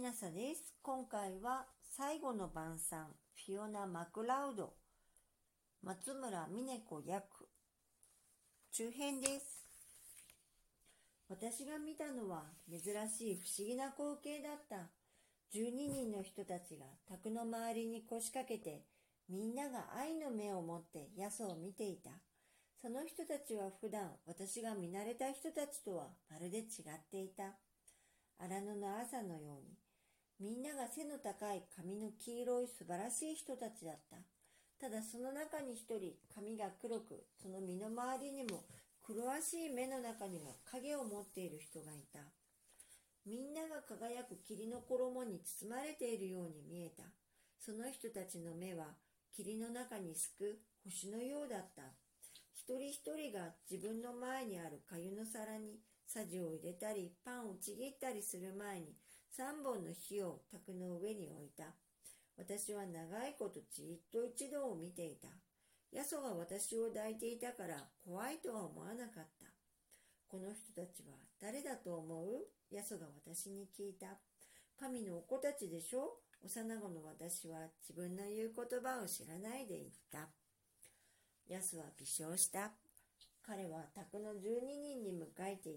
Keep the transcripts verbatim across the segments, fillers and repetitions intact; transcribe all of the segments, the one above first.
なさです。今回は最後の晩餐、フィオナ・マクラウド、松村峰子役、中編です。私が見たのは珍しい不思議な光景だった。じゅうににんの人たちが宅の周りに腰掛けて、みんなが愛の目を持ってヤソを見ていた。その人たちは普段私が見慣れた人たちとはまるで違っていた。荒野の朝のように、みんなが背の高い髪の黄色い素晴らしい人たちだった。ただその中に一人、髪が黒く、その身の回りにも黒しい目の中にも影を持っている人がいた。みんなが輝く霧の衣に包まれているように見えた。その人たちの目は霧の中にすく星のようだった。一人一人が自分の前にある粥の皿にさじを入れたりパンをちぎったりする前に三本の火を卓の上に置いた。私は長いことじっと一度を見ていた。ヤソが私を抱いていたから怖いとは思わなかった。この人たちは誰だと思う？ヤソが私に聞いた。神のお子たちでしょ？幼子の私は自分の言う言葉を知らないで言った。ヤソは微笑した。彼は宅のじゅうににんに向かいて言った。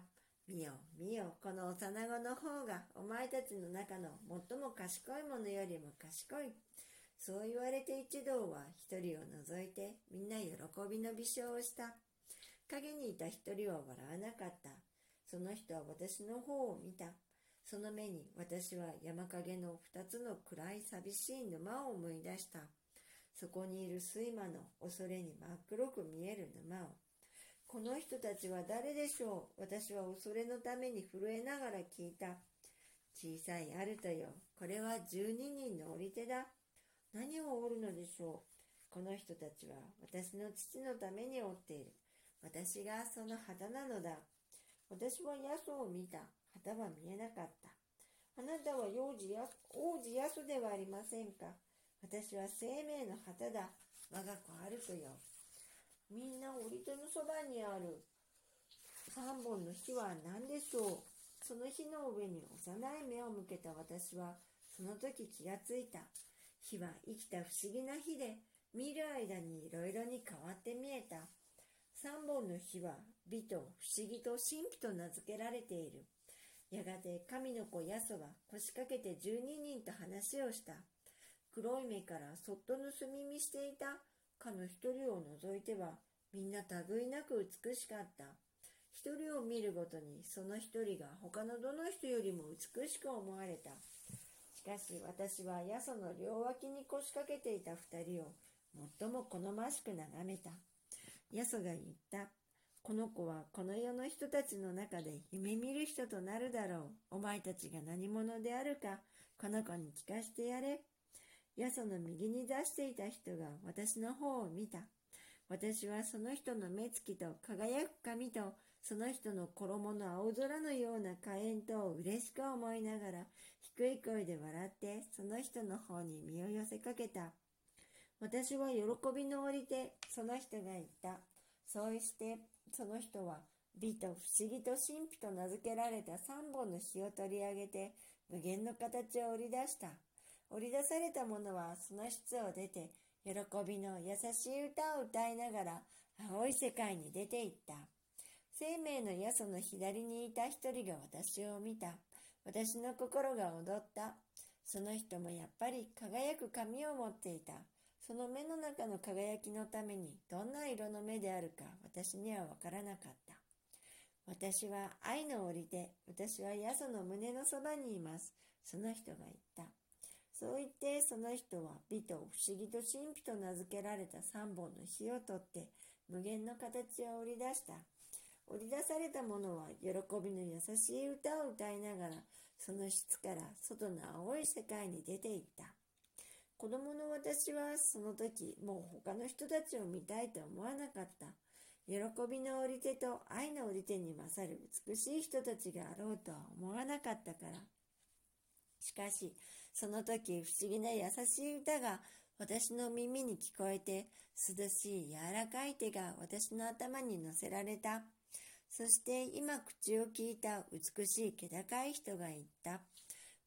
見よ見よ、この幼子の方がお前たちの中の最も賢い者よりも賢い。そう言われて一同は一人を除いてみんな喜びの微笑をした。影にいた一人は笑わなかった。その人は私の方を見た。その目に私は山陰の二つの暗い寂しい沼を思い出した。そこにいる睡魔の恐れに真っ黒く見える沼を。この人たちは誰でしょう？私は恐れのために震えながら聞いた。小さいアルトよ、これはじゅうににんの織手だ。何を織るのでしょう？この人たちは私の父のために織っている。私がその旗なのだ。私はヤソを見た。旗は見えなかった。あなたは幼児や王子ヤソではありませんか？私は生命の旗だ。我が子アルトよ。みんな織手のそばにある三本の火は何でしょう？その火の上に幼い目を向けた私はその時気がついた。火は生きた不思議な火で、見る間にいろいろに変わって見えた。三本の火は美と不思議と神秘と名付けられている。やがて神の子ヤソは腰掛けて十二人と話をした。黒い目からそっと盗み見していたかの一人を除いてはみんな類いなく美しかった。一人を見るごとにその一人が他のどの人よりも美しく思われた。しかし私はヤソの両脇に腰掛けていた二人を最も好ましく眺めた。ヤソが言った。この子はこの世の人たちの中で夢見る人となるだろう。お前たちが何者であるかこの子に聞かせてやれ。ヤソの右に出していた人が私の方を見た。私はその人の目つきと輝く髪とその人の衣の青空のような花縁とを嬉しく思いながら低い声で笑ってその人の方に身を寄せかけた。私は喜びの折り手、その人が言った。そうしてその人は美と不思議と神秘と名付けられた三本の火を取り上げて無限の形を織り出した。織り出されたものはその室を出て喜びの優しい歌を歌いながら青い世界に出て行った。生命のヤソの左にいた一人が私を見た。私の心が躍った。その人もやっぱり輝く髪を持っていた。その目の中の輝きのためにどんな色の目であるか私にはわからなかった。私は愛の織り手。私はヤソの胸のそばにいます。その人が言った。そう言ってその人は美と不思議と神秘と名付けられた三本の火を取って無限の形を織り出した。織り出されたものは喜びの優しい歌を歌いながらその室から外の青い世界に出て行った。子供の私はその時もう他の人たちを見たいと思わなかった。喜びの織り手と愛の織り手に勝る美しい人たちがあろうとは思わなかったから。しかしその時不思議な優しい歌が私の耳に聞こえて涼しい柔らかい手が私の頭に乗せられた。そして今口を聞いた美しい気高い人が言った。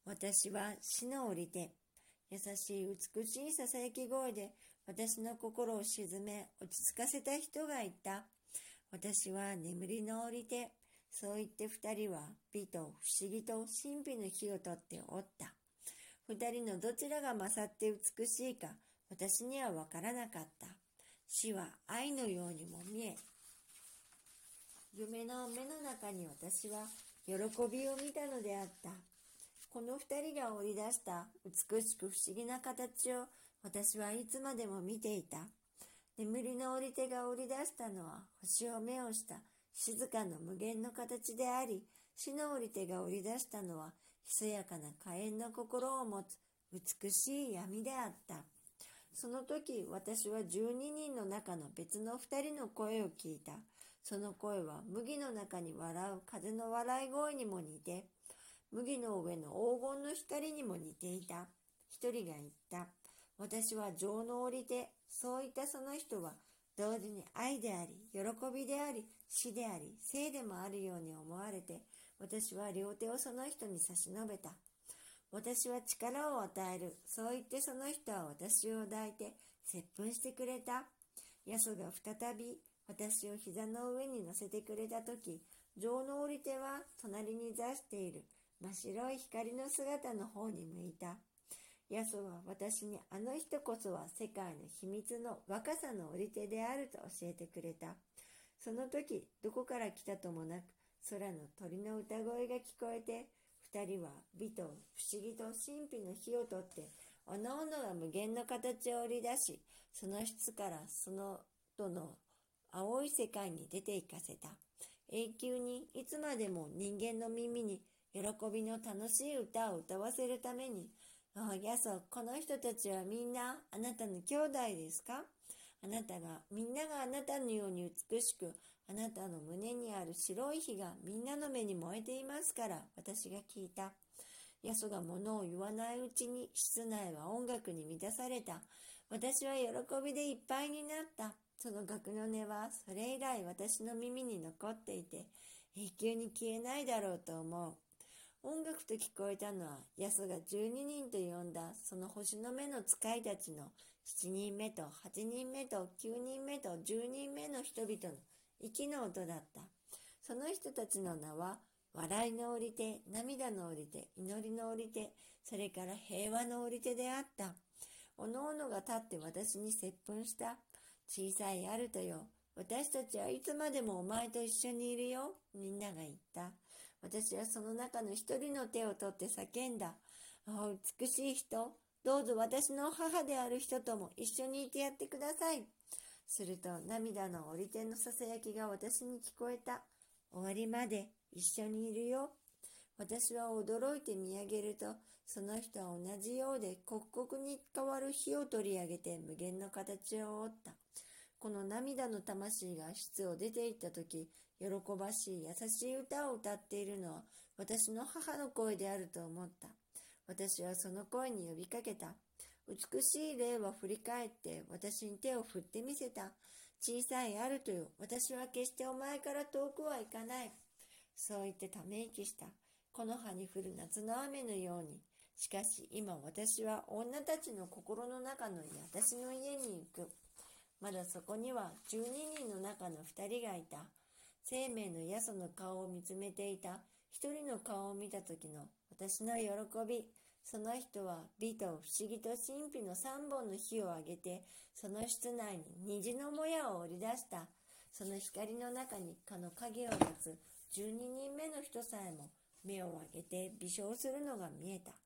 私は死の降りて、優しい美しいささやき声で私の心を鎮め落ち着かせた人がいた。私は眠りの降りて、そう言って二人は美と不思議と神秘の火をとっておった。二人のどちらが勝って美しいか私にはわからなかった。死は愛のようにも見え、夢の目の中に私は喜びを見たのであった。この二人が織り出した美しく不思議な形を私はいつまでも見ていた。眠りの織り手が織り出したのは星を目をした静かな無限の形であり、死の織り手が織り出したのはひそやかな可憐な心を持つ美しい闇であった。その時私は十二人の中の別の二人の声を聞いた。その声は麦の中に笑う風の笑い声にも似て、麦の上の黄金の光にも似ていた。一人が言った。私は情の織り手。そういったその人は同時に愛であり、喜びであり、死であり、生でもあるように思われて、私は両手をその人に差し伸べた。私は力を与える。そう言ってその人は私を抱いて接吻してくれた。ヤソが再び私を膝の上に乗せてくれたとき、情の織り手は隣に座している真っ白い光の姿の方に向いた。ヤソは私にあの人こそは世界の秘密の若さの織り手であると教えてくれた。その時、どこから来たともなく、空の鳥の歌声が聞こえて、二人は美と不思議と神秘の火をとって、おのおのが無限の形を織り出し、その質からそのとの青い世界に出て行かせた。永久にいつまでも人間の耳に喜びの楽しい歌を歌わせるために、おいやそ、この人たちはみんなあなたの兄弟ですか？あなたが、みんながあなたのように美しく、あなたの胸にある白い火がみんなの目に燃えていますから、私が聞いた。ヤソが物を言わないうちに室内は音楽に満たされた。私は喜びでいっぱいになった。その楽の音はそれ以来私の耳に残っていて、永久に消えないだろうと思う。音楽と聞こえたのは、ヤソが十二人と呼んだその星の目の使いたちの七人目と八人目と九人目と十人目の人々の息の音だった。その人たちの名は、笑いの織り手、涙の織り手、祈りの織り手、それから平和の織り手であった。おのおのが立って私に接吻した。小さいアルトよ、私たちはいつまでもお前と一緒にいるよ、みんなが言った。私はその中の一人の手を取って叫んだ。おう、美しい人、どうぞ私の母である人とも一緒にいてやってください。すると涙の織り手のささやきが私に聞こえた。終わりまで一緒にいるよ。私は驚いて見上げると、その人は同じようで刻々に変わる火を取り上げて無限の形を覆った。この涙の魂が室を出て行ったとき、喜ばしい優しい歌を歌っているのは私の母の声であると思った。私はその声に呼びかけた。美しい霊は振り返って私に手を振ってみせた。小さいアルトよ、私は決してお前から遠くは行かない。そう言ってため息した。この葉に降る夏の雨のように。しかし今私は女たちの心の中の私の家に行く。まだそこには十二人の中の二人がいた。生命のヤソの顔を見つめていた。一人の顔を見た時の私の喜び。その人は美と不思議と神秘の三本の火を上げて、その室内に虹のもやを織り出した。その光の中に蚊の影を持つ十二人目の人さえも目を上げて微笑するのが見えた。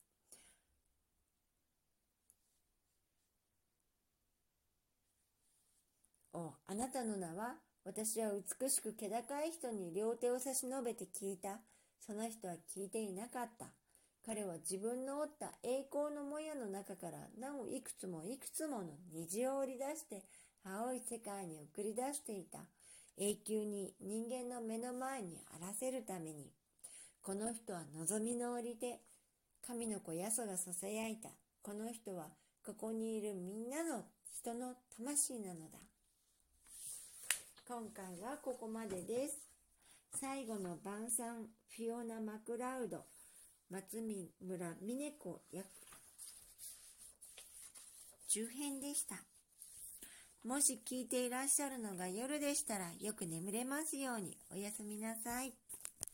お、あなたの名は？私は美しく気高い人に両手を差し伸べて聞いた。その人は聞いていなかった。彼は自分の織った栄光のもやの中からなおいくつもいくつもの虹を織り出して青い世界に送り出していた。永久に人間の目の前にあらせるために。この人は望みの織り手。神の子ヤソがささやいた。この人はここにいるみんなの人の魂なのだ。今回はここまでです。最後の晩餐、フィオナ・マクラウド。 松村峰子役中編でした。もし聞いていらっしゃるのが夜でしたらよく眠れますように。おやすみなさい。